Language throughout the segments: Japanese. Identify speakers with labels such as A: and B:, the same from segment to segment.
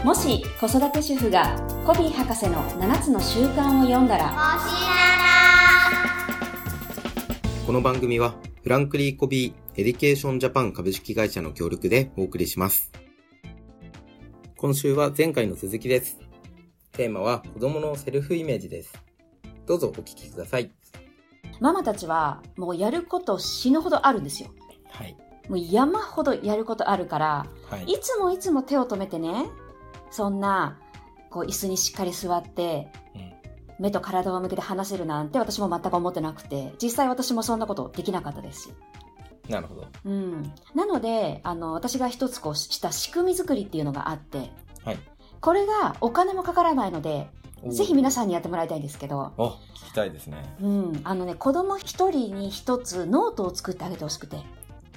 A: もし子育て主婦がコビー博士の7つの習慣を読んだら、
B: この番組はフランクリー・コビー・エデュケーション・ジャパン株式会社の協力でお送りします。今週は前回の続きです。テーマは子供のセルフイメージです。どうぞお聞きください。
A: ママたちはもうやること死ぬほどあるんですよ。
B: はい。
A: もう山ほどやることあるから、
B: はい、
A: いつも手を止めてね、そんなこう椅子にしっかり座って、目と体を向けて話せるなんて私も全く思ってなくて、実際私もそんなことできなかったですし。
B: なるほど。
A: なので私が一つこうした仕組み作りっていうのがあって、
B: はい、
A: これがお金もかからないので、ぜひ皆さんにやってもらいたいんですけど。
B: 聞きたいですね。
A: 子供一人に一つノートを作ってあげてほしくて。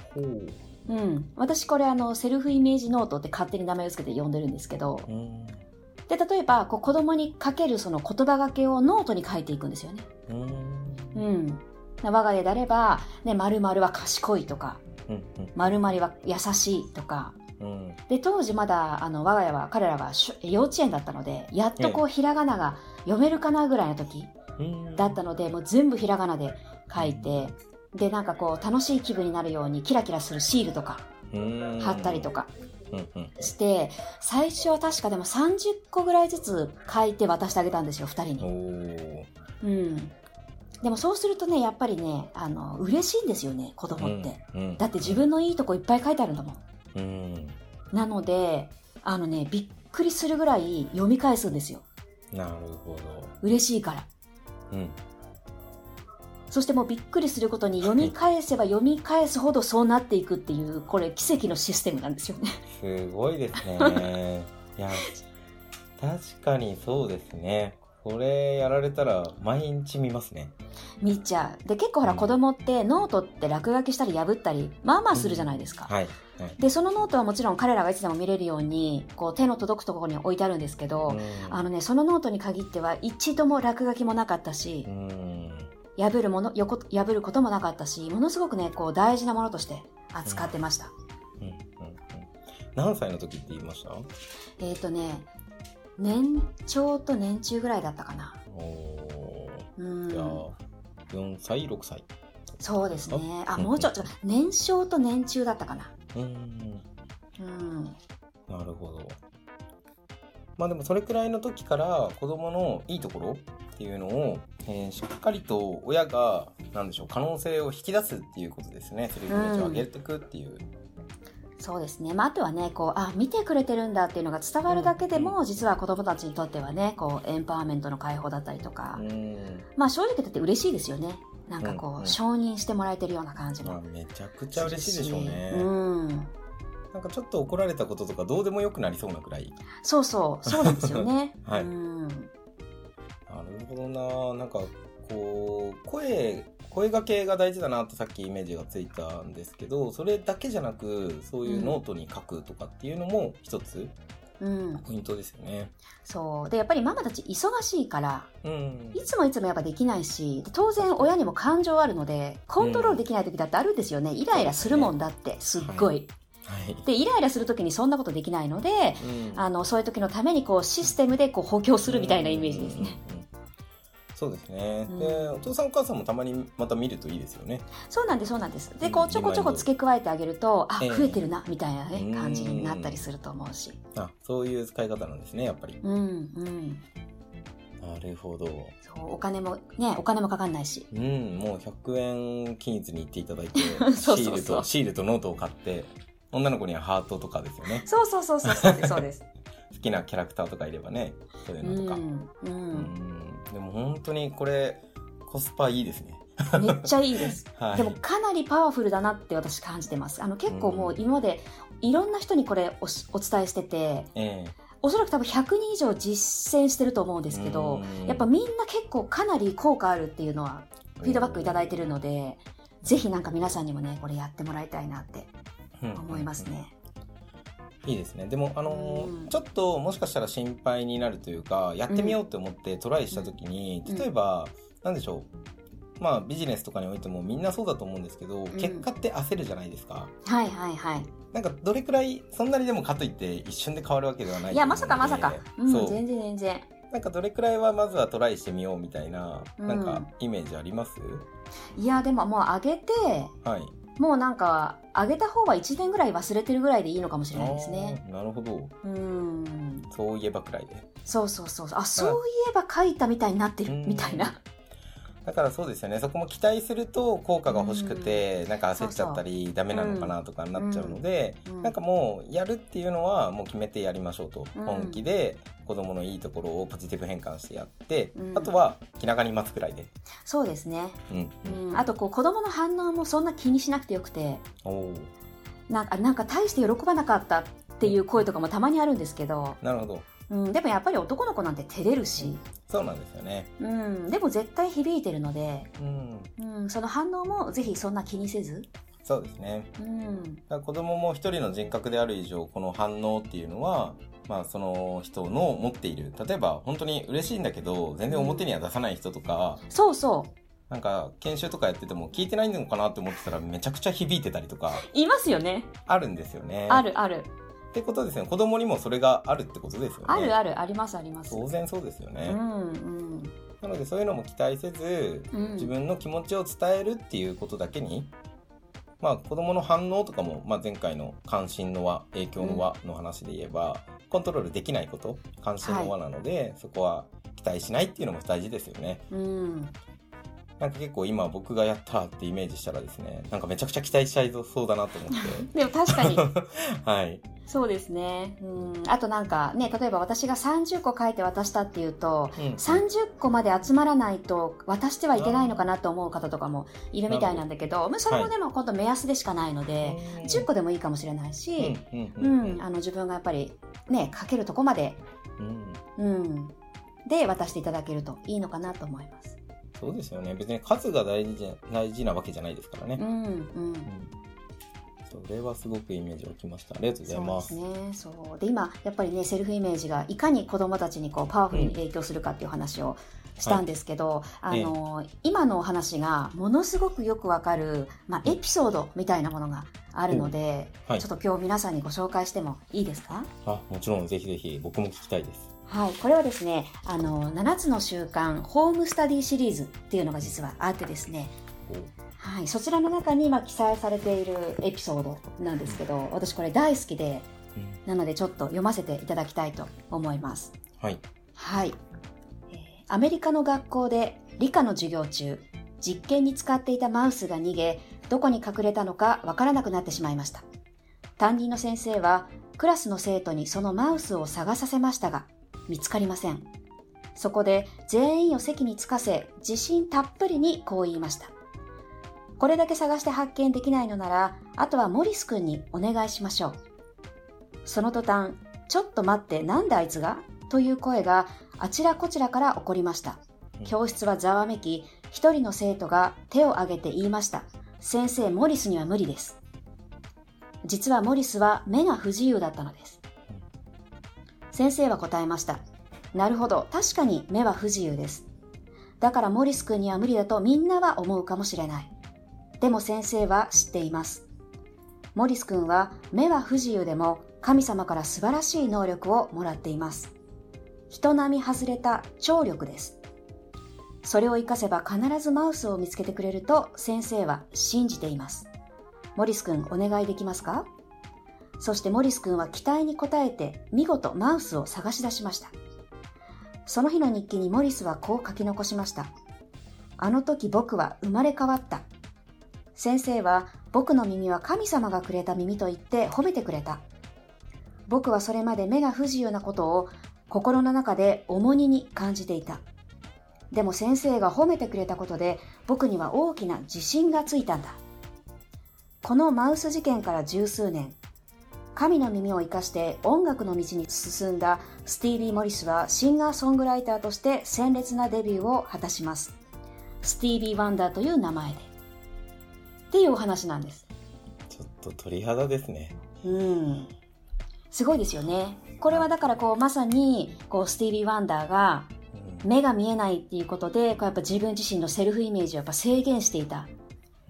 A: 私これセルフイメージノートって勝手に名前を付けて呼んでるんですけど、で例えばこう子供にかけるその言葉がけをノートに書いていくんですよね。我が家であれば、〇〇は賢いとか、〇〇は優しいとか、で当時まだ我が家は彼らが幼稚園だったので、やっとこうひらがなが読めるかなぐらいの時だったので、もう全部ひらがなで書いて、でなんかこう楽しい気分になるようにキラキラするシールとか貼ったりとかして、最初は確かでも30個ぐらいずつ書いて渡してあげたんですよ、2人に。でもそうするとね、やっぱりね嬉しいんですよね、子供って。だって自分のいいとこいっぱい書いてあるんだもん。なのでびっくりするぐらい読み返すんですよ。
B: なるほど。
A: 嬉しいから。そしてもうびっくりすることに、読み返せば読み返すほどそうなっていくっていう、これ奇跡のシステムなんですよね。
B: すごいですね。いや、確かにそうですね。これやられたら毎日見ますね。
A: 見ちゃう。で結構ほら、子供ってノートって落書きしたり破ったりまあするじゃないですか。でそのノートはもちろん彼らがいつでも見れるようにこう手の届くところに置いてあるんですけど、そのノートに限っては一度も落書きもなかったし、破ることもなかったし、ものすごくねこう大事なものとして扱ってました。
B: 何歳の時って言いました？
A: 年長と年中ぐらいだったかな。
B: じゃあ4歳6歳。
A: そうですね。もうちょっと年少と年中だったかな。
B: なるほど。まあでもそれくらいの時から子供のいいところっていうのを、しっかりと親が可能性を引き出すっていうことですね。セルフイメージを上げていくっていう。そう
A: ですね。あとはねこう見てくれてるんだっていうのが伝わるだけでも、実は子供たちにとってはねこうエンパワーメントの解放だったりとか、正直言って嬉しいですよね。なんかこう、承認してもらえてるような感じも、
B: めちゃくちゃ嬉しいでしょうね。なんかちょっと怒られたこととかどうでもよくなりそうなくらい。
A: そうなんですよね。
B: なるほどな。なんかこう声掛けが大事だなとさっきイメージがついたんですけど、それだけじゃなくそういうノートに書くとかっていうのも一つポイントですよね。
A: そうでやっぱりママたち忙しいから、いつもやっぱできないし、当然親にも感情あるのでコントロールできない時だってあるんですよね。イライラするもんだってすっごい。でイライラするときにそんなことできないので、そういう時のためにこうシステムでこう補強するみたいなイメージですね。
B: そうですね。でお父さんお母さんもたまにまた見るといいですよね。
A: そうなんです。でこうちょこちょこ付け加えてあげると、増えてるなみたいなね感じになったりすると思うし。
B: そういう使い方なんですね、やっぱり。なるほど。そうお金もかかんないし。もう100円均一に行っていただいてシールとノートを買って、女の子にはハートとかですよね。そうです。好きなキャラクターとかいればね、そういうのとか。でも本当にこれコスパいいですね。
A: めっちゃいいです。でもかなりパワフルだなって私感じてます。結構もう今までいろんな人にこれお伝えしてて、おそらく多分100人以上実践してると思うんですけど、やっぱみんな結構かなり効果あるっていうのはフィードバックいただいてるので、ぜひなんか皆さんにもねこれやってもらいたいなって思いますね。
B: いいですね。でもちょっともしかしたら心配になるというか、やってみようって思ってトライした時に、例えばなんでしょう、ビジネスとかにおいてもみんなそうだと思うんですけど、結果って焦るじゃないですか。 なんかどれくらい、そんなにでもかといって一瞬で変わるわけではない。
A: いや、まさか。そう全然。
B: なんかどれくらいはまずはトライしてみようみたいな、なんかイメージあります？
A: いや、でももう上げて、
B: はい。
A: もうなんか上げた方は1年ぐらい忘れてるぐらいでいいのかもしれないですね。
B: なるほど。そういえばくらいで。
A: そう。そういえば書いたみたいになってるみたいな。
B: だからそうですよね。そこも期待すると効果が欲しくて、なんか焦っちゃったりダメなのかなとかになっちゃうので、なんかもうやるっていうのはもう決めてやりましょうと。本気で子供のいいところをポジティブ変換してやって、あとは気長に待つくらいで。
A: そうですね。あと子供の反応もそんな気にしなくてよくて、なんか大して喜ばなかったっていう声とかもたまにあるんですけど。
B: なるほど。
A: でもやっぱり男の子なんて照れるし、
B: そうなんですよね。
A: でも絶対響いてるので、その反応もぜひそんな気にせず。
B: そうですね。だから子供も一人の人格である以上、この反応っていうのは、まあその人の持っている、例えば本当に嬉しいんだけど全然表には出さない人とか、なんか研修とかやってても聞いてないのかなって思ってたらめちゃくちゃ響いてたりとか
A: いますよね。
B: あるんですよね。
A: ある
B: ってことですよね。子供にもそれがあるってことですよね。
A: あります。
B: 当然そうですよね。なのでそういうのも期待せず、自分の気持ちを伝えるっていうことだけに、まあ子供の反応とかも、まあ前回の関心の輪、影響の輪の話で言えば、コントロールできないこと、関心の輪なので、そこは期待しないっていうのも大事ですよね。なんか結構今僕がやったってイメージしたらですね、なんかめちゃくちゃ期待しちゃいそうだなと思って。
A: でも確かに。
B: はい。
A: そうですね。あとなんかね、例えば私が30個書いて渡したっていうと、30個まで集まらないと渡してはいけないのかなと思う方とかもいるみたいなんだけど、それもでも今度目安でしかないので、10個でもいいかもしれないし、自分がやっぱりね、書けるとこまで、で渡していただけるといいのかなと思います。
B: そうですよね。別に数が大事なわけじゃないですからね。それはすごくイメージがきました。ありがとうございます。
A: そうですね。で今やっぱりね、セルフイメージがいかに子どもたちにこうパワフルに影響するかっていう話をしたんですけど、今のお話がものすごくよくわかる、エピソードみたいなものがあるので、ちょっと今日皆さんにご紹介してもいいですか？
B: もちろんぜひぜひ僕も聞きたいです。
A: これはですね、7つの習慣ホームスタディシリーズっていうのが実はあってですね、そちらの中に今記載されているエピソードなんですけど、私これ大好きで、なのでちょっと読ませていただきたいと思います。アメリカの学校で理科の授業中、実験に使っていたマウスが逃げ、どこに隠れたのかわからなくなってしまいました。担任の先生はクラスの生徒にそのマウスを探させましたが、見つかりません。そこで全員を席につかせ、自信たっぷりにこう言いました。これだけ探して発見できないのなら、あとはモリス君にお願いしましょう。その途端、ちょっと待って、なんであいつが？という声があちらこちらから起こりました。教室はざわめき、一人の生徒が手を挙げて言いました。先生、モリスには無理です。実はモリスは目が不自由だったのです。先生は答えました。なるほど、確かに目は不自由です。だからモリス君には無理だとみんなは思うかもしれない。でも先生は知っています。モリス君は目は不自由でも神様から素晴らしい能力をもらっています。人並み外れた聴力です。それを活かせば必ずマウスを見つけてくれると先生は信じています。モリス君、お願いできますか？そしてモリス君は期待に応えて見事マウスを探し出しました。その日の日記にモリスはこう書き残しました。あの時僕は生まれ変わった。先生は僕の耳は神様がくれた耳と言って褒めてくれた。僕はそれまで目が不自由なことを心の中で重荷に感じていた。でも先生が褒めてくれたことで僕には大きな自信がついたんだ。このマウス事件から十数年、神の耳を生かして音楽の道に進んだスティービー・モリスはシンガーソングライターとして鮮烈なデビューを果たします。スティービー・ワンダーという名前で。っていうお話なんです。
B: ちょっと鳥肌ですね。
A: すごいですよね。これはだからまさにスティービー・ワンダーが目が見えないっていうことでやっぱ自分自身のセルフイメージをやっぱ制限していた。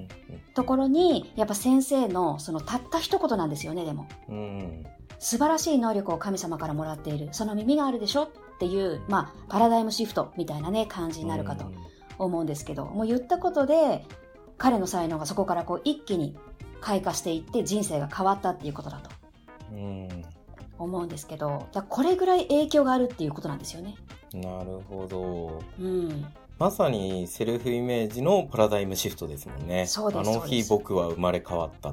A: ところにやっぱ先生のそのたった一言なんですよね。でも、素晴らしい能力を神様からもらっている、その耳があるでしょっていう、パラダイムシフトみたいなね感じになるかと思うんですけど、もう言ったことで彼の才能がそこからこう一気に開花していって人生が変わったっていうことだと思うんですけど、だこれぐらい影響があるっていうことなんですよね。
B: なるほど。まさにセルフイメージのパラダイムシフトですもんね。
A: そうです。
B: あの日僕は生まれ変わったって。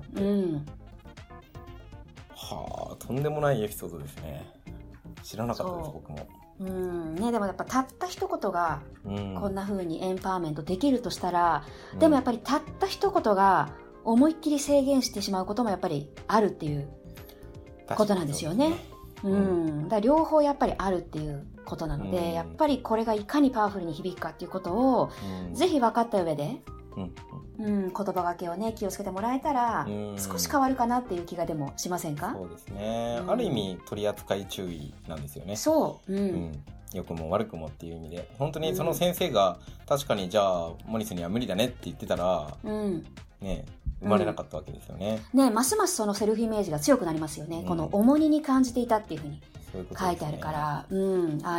B: はあ、とんでもないエピソードですね。知らなかったです、僕も。
A: でもやっぱたった一言がこんな風にエンパワーメントできるとしたら、でもやっぱりたった一言が思いっきり制限してしまうこともやっぱりあるっていうことなんですよね。だから両方やっぱりあるっていうことなので、やっぱりこれがいかにパワフルに響くかっていうことを、ぜひ分かった上で、言葉がけをね気をつけてもらえたら、少し変わるかなっていう気がでもしませんか？
B: そうですね、ある意味取り扱い注意なんですよね。
A: そう、
B: 良くも悪くもっていう意味で、本当にその先生が確かにじゃあモリスには無理だねって言ってたら、ね生まれなかったわけですよね。
A: ますますそのセルフイメージが強くなりますよね。この重荷に感じていたっていうふうに書いてあるから、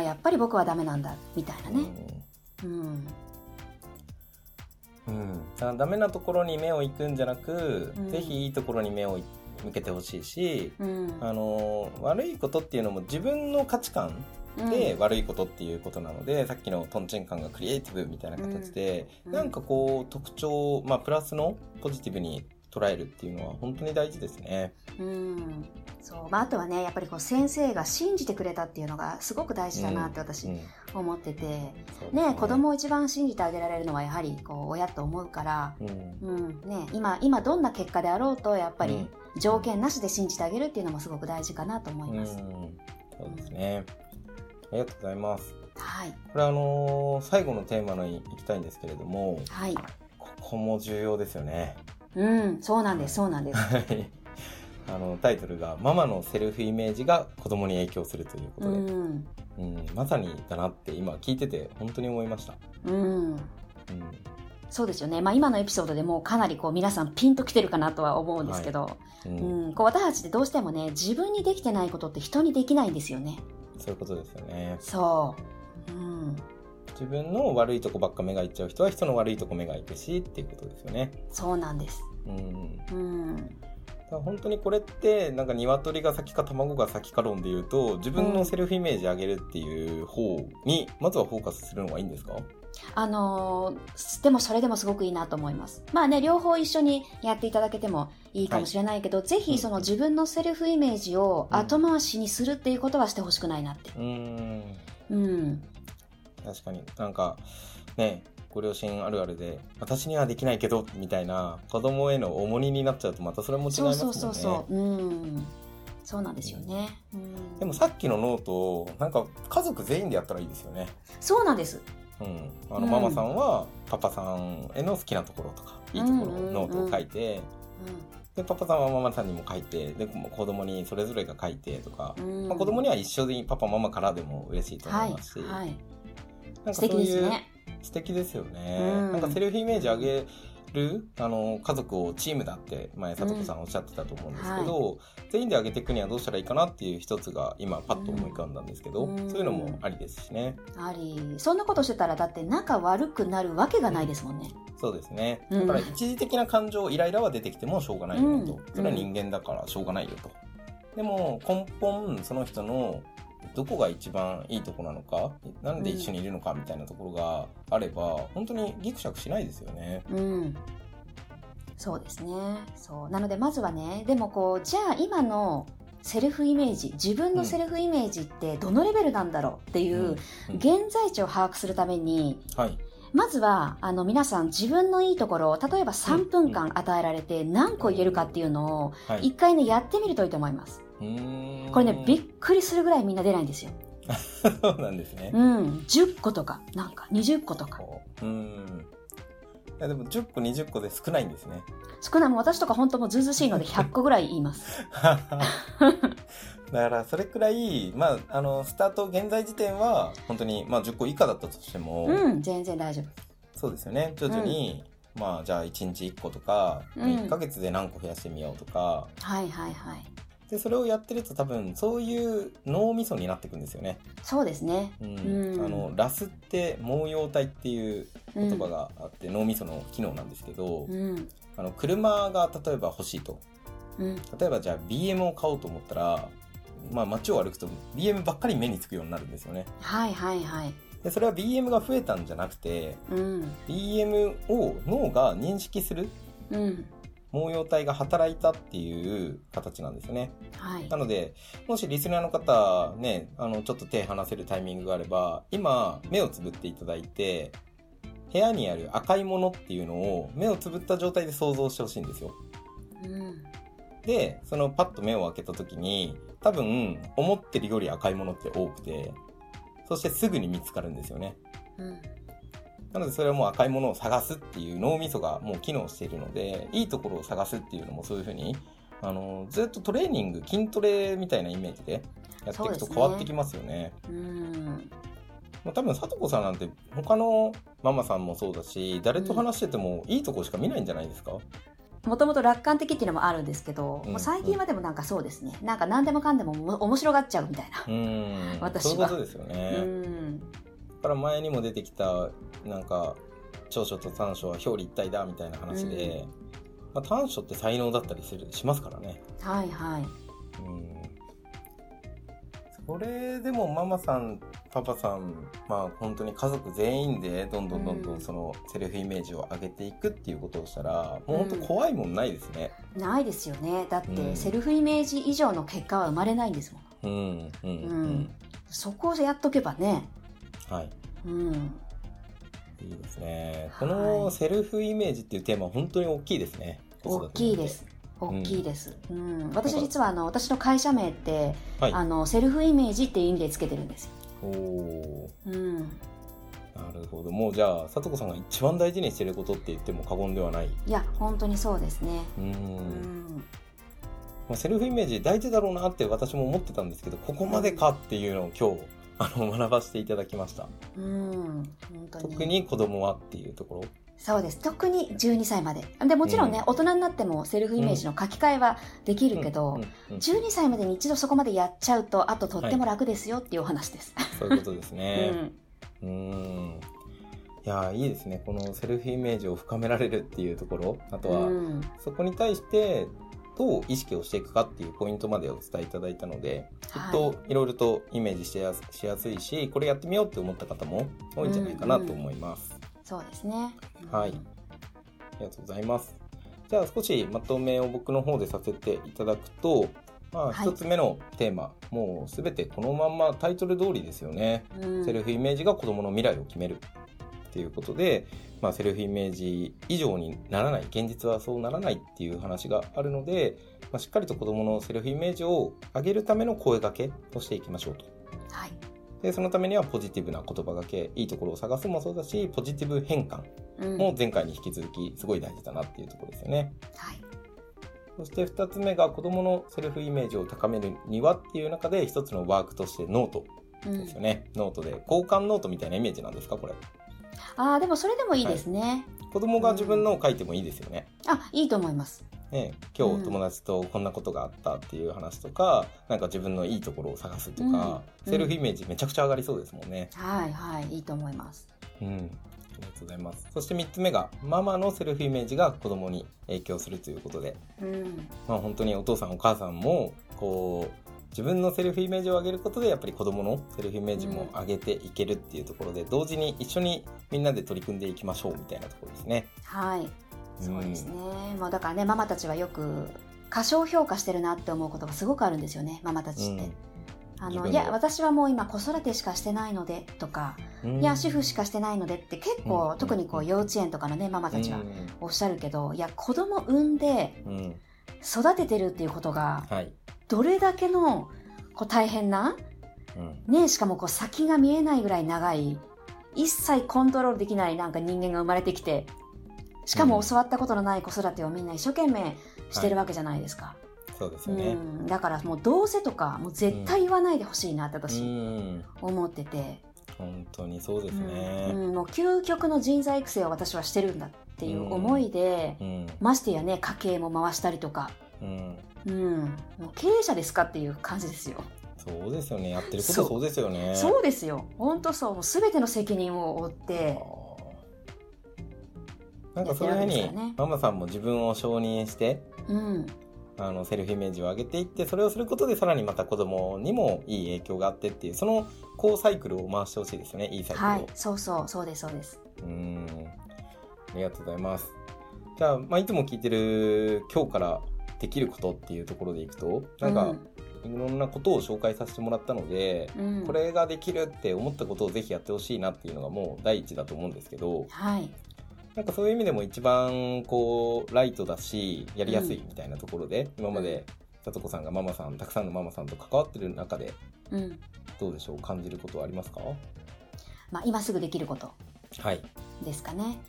A: やっぱり僕はダメなんだみたいなね。
B: だからダメなところに目を行くんじゃなく、ぜひいいところに目を向けてほしいし、悪いことっていうのも自分の価値観で悪いことっていうことなので、さっきのトンチンカンがクリエイティブみたいな形で、なんかこう特徴、プラスのポジティブに捉えるっていうのは本当に大事ですね。
A: そう、あとはねやっぱりこう先生が信じてくれたっていうのがすごく大事だなって私思ってて、子供を一番信じてあげられるのはやはりこう親と思うから、今どんな結果であろうとやっぱり条件なしで信じてあげるっていうのもすごく大事かなと思います。
B: そうですね、ありがとうございます。これ最後のテーマに行きたいんですけれども、ここも重要ですよね。
A: そうなんですそうなんです
B: タイトルがママのセルフイメージが子供に影響するということで、まさにだなって今聞いてて本当に思いました。
A: そうですよね、今のエピソードでもうかなりこう皆さんピンときてるかなとは思うんですけど、こう私たちってどうしてもね自分にできてないことって人にできないんですよね。
B: そういうことですよね。
A: そう、
B: 自分の悪いとこばっか目がいっちゃう人は人の悪いとこ目がいくしっていうことですよね。
A: そうなんです。
B: だから本当にこれってなんか鶏が先か卵が先か論で言うと、自分のセルフイメージ上げるっていう方にまずはフォーカスするのがいいんですか？
A: でもそれでもすごくいいなと思います。両方一緒にやっていただけてもいいかもしれないけど、ぜひその自分のセルフイメージを後回しにするっていうことはしてほしくないなって。
B: 確かになんかね、ご両親あるあるで私にはできないけどみたいな子供への重荷になっちゃうとまたそれも違いますもんね。
A: そうなんですよね。
B: でもさっきのノートなんか家族全員でやったらいいですよね。
A: そうなんです。
B: ママさんはパパさんへの好きなところとかいいところをノートを書いて、でパパさんはママさんにも書いて、で子供にそれぞれが書いてとか、子供には一緒でパパママからでも嬉しいと思いますし、なんかそういう
A: 素敵ですね。
B: 素敵ですよね。なんかセルフイメージ上げる家族をチームだって前里子さんおっしゃってたと思うんですけど、全員で上げていくにはどうしたらいいかなっていう一つが今パッと思い浮かんだんですけど、そういうのもありですしね。
A: そんなことしてたらだって仲悪くなるわけがないですもんね。
B: そうですね。だから一時的な感情イライラは出てきてもしょうがないよねと、それは人間だからしょうがないよと。でも根本その人のどこが一番いいとこなのか、なんで一緒にいるのかみたいなところがあれば、本当にギクシャクしないですよね。
A: そうですね。そうなのでまずはね、でもじゃあ今のセルフイメージ、自分のセルフイメージってどのレベルなんだろうっていう現在地を把握するために、まずは皆さん自分のいいところを例えば3分間与えられて何個言えるかっていうのを一回ねやってみるといいと思います。これねびっくりするぐらいみんな出ないんですよ。
B: そうなんですね。
A: 10個とかなんか20個とか。
B: いやでも10個20個で少ないんですね。
A: 少ない。もう私とか本当もうずうずうしいので100個ぐらい言います。
B: だからそれくらい、スタート現在時点は本当に10個以下だったとしても、
A: 全然大丈夫。
B: そうですよね。徐々に、 まあじゃあ1日1個とか、1ヶ月で何個増やしてみようとか、
A: はいはいはい。
B: でそれをやってると多分そういう脳みそになっていくんですよね。
A: そうですね。
B: ラスって毛様体っていう言葉があって、脳みその機能なんですけど、車が例えば欲しいと、例えばじゃあ BM を買おうと思ったら、まあ街を歩くと BM ばっかり目につくようになるんですよね。
A: はいはいはい。
B: でそれは BM が増えたんじゃなくて、BM を脳が認識する、毛様体が働いたっていう形なんですよね。
A: はい、
B: なのでもしリスナーの方ね、ちょっと手離せるタイミングがあれば、今目をつぶっていただいて、部屋にある赤いものっていうのを目をつぶった状態で想像してほしいんですよ。でそのパッと目を開けた時に、多分思ってるより赤いものって多くて、そしてすぐに見つかるんですよね。なのでそれはもう赤いものを探すっていう脳みそがもう機能しているので、いいところを探すっていうのもそういうふうにずっとトレーニング、筋トレみたいなイメージでやっていくと変わってきますよね。多分さとこさんなんて他のママさんもそうだし、誰と話しててもいいとこしか見ないんじゃないですか？
A: もともと楽観的っていうのもあるんですけど、最近はでもなんかそうですね、なんか何でもかんでも面白がっちゃうみたいな。私は
B: そういうことですよね。だから前にも出てきたなんか長所と短所は表裏一体だみたいな話で、短所って才能だったりしますからね。
A: はいはい。
B: それでもママさんパパさん、本当に家族全員でどんどんそのセルフイメージを上げていくっていうことをしたら、もう本当怖いもんないですね。
A: ないですよね。だってセルフイメージ以上の結果は生まれないんですもん。そこをやっとけばね。
B: はい。いいですね。このセルフイメージっていうテーマは本当に大きいですね。
A: 大きいです。大きいです。私実は私の会社名って、セルフイメージっていう意味でつけてるんですよ。
B: なるほど。もうじゃあさとこさんが一番大事にしてることって言っても過言ではない。
A: いや本当にそうですね。
B: セルフイメージ大事だろうなって私も思ってたんですけど、ここまでかっていうのを今日学ばせていただきました。
A: 本当に。
B: 特に子供はっていうところ。
A: そうです。特に12歳まで。でもちろんね、大人になってもセルフイメージの書き換えはできるけど、12歳までに一度そこまでやっちゃうと、あととっても楽ですよっていうお話です。
B: そういうことですね。いやいいですね。このセルフイメージを深められるっていうところ、あとは、そこに対してどう意識をしていくかっていうポイントまでお伝えいただいたので、きっといろいろとイメージしやすいし、これやってみようって思った方も多いんじゃないかなと思います。
A: そうですね。
B: はい。ありがとうございます。じゃあ少しまとめを僕の方でさせていただくと、一つ目のテーマ、もうすべてこのまんまタイトル通りですよね。セルフイメージが子供の未来を決めるっていうことで、セルフイメージ以上にならない、現実はそうならないっていう話があるので、しっかりと子供のセルフイメージを上げるための声掛けをしていきましょうと。
A: はい。
B: でそのためにはポジティブな言葉がけ、いいところを探すもそうだし、ポジティブ変換も前回に引き続きすごい大事だなっていうところですよね。
A: はい。
B: そして2つ目が子どものセルフイメージを高めるにはっていう中で一つのワークとしてノートですよね。ノートで交換ノートみたいなイメージなんですかこれ？
A: でもそれでもいいですね。
B: 子供が自分のを書いてもいいですよね。
A: いいと思います。
B: 今日友達とこんなことがあったっていう話とか、なんか自分のいいところを探すとか、セルフイメージめちゃくちゃ上がりそうですもんね。
A: はいはい、いいと思います。
B: ありがとうございます。そして3つ目がママのセルフイメージが子供に影響するということで、本当にお父さんお母さんも自分のセルフイメージを上げることでやっぱり子供のセルフイメージも上げていけるっていうところで、同時に一緒にみんなで取り組んでいきましょうみたいなところですね。
A: はい、そうですね。だからね、ママたちはよく過小評価してるなって思うことがすごくあるんですよね、ママたちって。いや私はもう今子育てしかしてないのでとか、いや主婦しかしてないのでって結構、特に幼稚園とかのねママたちはおっしゃるけど、いや子供産んで育ててるっていうことがどれだけの大変な、しかも先が見えないぐらい長い、一切コントロールできないなんか人間が生まれてきて、しかも教わったことのない子育てをみんな一生懸命してるわけじゃないですか。
B: そうですよね。
A: だからもうどうせとかもう絶対言わないでほしいなって私思ってて、
B: 本当にそうですね、
A: もう究極の人材育成を私はしてるんだっていう思いで、ましてやね、家計も回したりとか、もう経営者ですかっていう感じですよ。
B: そうですよね。やってることそうですよね。
A: そうですよ。本当そう。もう全ての責任を負って。
B: なんかそういうふうに、ママさんも自分を承認して、セルフイメージを上げていって、それをすることでさらにまた子供にもいい影響があってっていう、その好サイクルを回してほしいですよね。いいサイクルを。はい、
A: そうです。あ
B: りがとうございます。じゃあ、いつも聞いてる今日からできることっていうところでいくと、なんか、いろんなことを紹介させてもらったので、これができるって思ったことをぜひやってほしいなっていうのがもう第一だと思うんですけど、なんかそういう意味でも一番こうライトだしやりやすいみたいなところで、今までさとこさんがママさん、たくさんのママさんと関わってる中で、どうでしょう、感じることはありますか？
A: 今すぐできることですかね。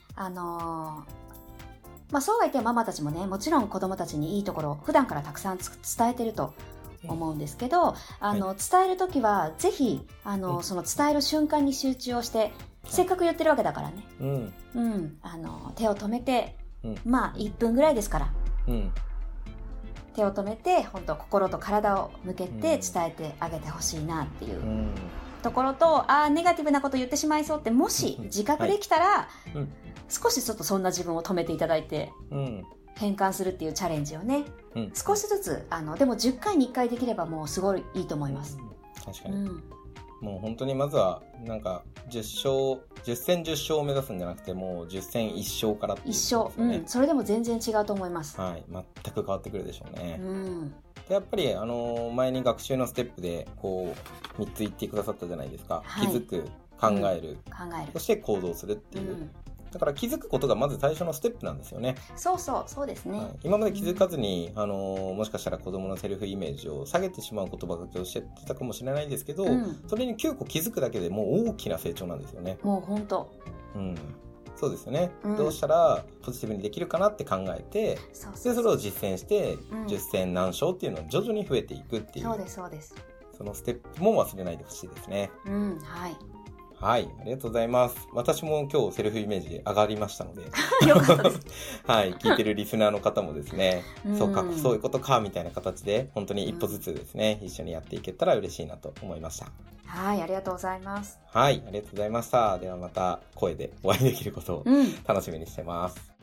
A: そうは言ってママたちもね、もちろん子供たちにいいところ普段からたくさん伝えてると思うんですけど、伝えるときはぜひその伝える瞬間に集中をして、せっかく言ってるわけだからね、手を止めて、1分ぐらいですから、手を止めて本当心と体を向けて伝えてあげてほしいなっていうところと、ネガティブなこと言ってしまいそうってもし自覚できたら、少しちょっとそんな自分を止めていただいて、変換するっていうチャレンジをね、少しずつでも10回に1回できればもうすごいいいと思います。
B: 確かに、もう本当にまずはなんか10戦10勝を目指すんじゃなくて、もう10戦1勝からっていうことですよね。
A: それでも全然違うと思います。
B: はい、全く変わってくるでしょうね。でやっぱり前に学習のステップでこう3つ言ってくださったじゃないですか。気づく、考える、そして行動するっていう。だから気づくことがまず最初のステップなんですよね。
A: そうですね。
B: 今まで気づかずに、もしかしたら子供のセルフイメージを下げてしまう言葉がけをしてたかもしれないですけど、それに9個気づくだけでもう大きな成長なんですよね。
A: もう本当。
B: そうですよね。どうしたらポジティブにできるかなって考えて、でそれを実践して、10戦何勝っていうのを徐々に増えていくっていう。
A: そうです。
B: そのステップも忘れないでほしいですね。はい、ありがとうございます。私も今日セルフイメージ上がりましたので。
A: よかったです。
B: はい、聞いてるリスナーの方もですね、そうか、そういうことか、みたいな形で、本当に一歩ずつですね、一緒にやっていけたら嬉しいなと思いました。
A: はい、ありがとうございます。
B: はい、ありがとうございました。ではまた声でお会いできることを楽しみにしてます。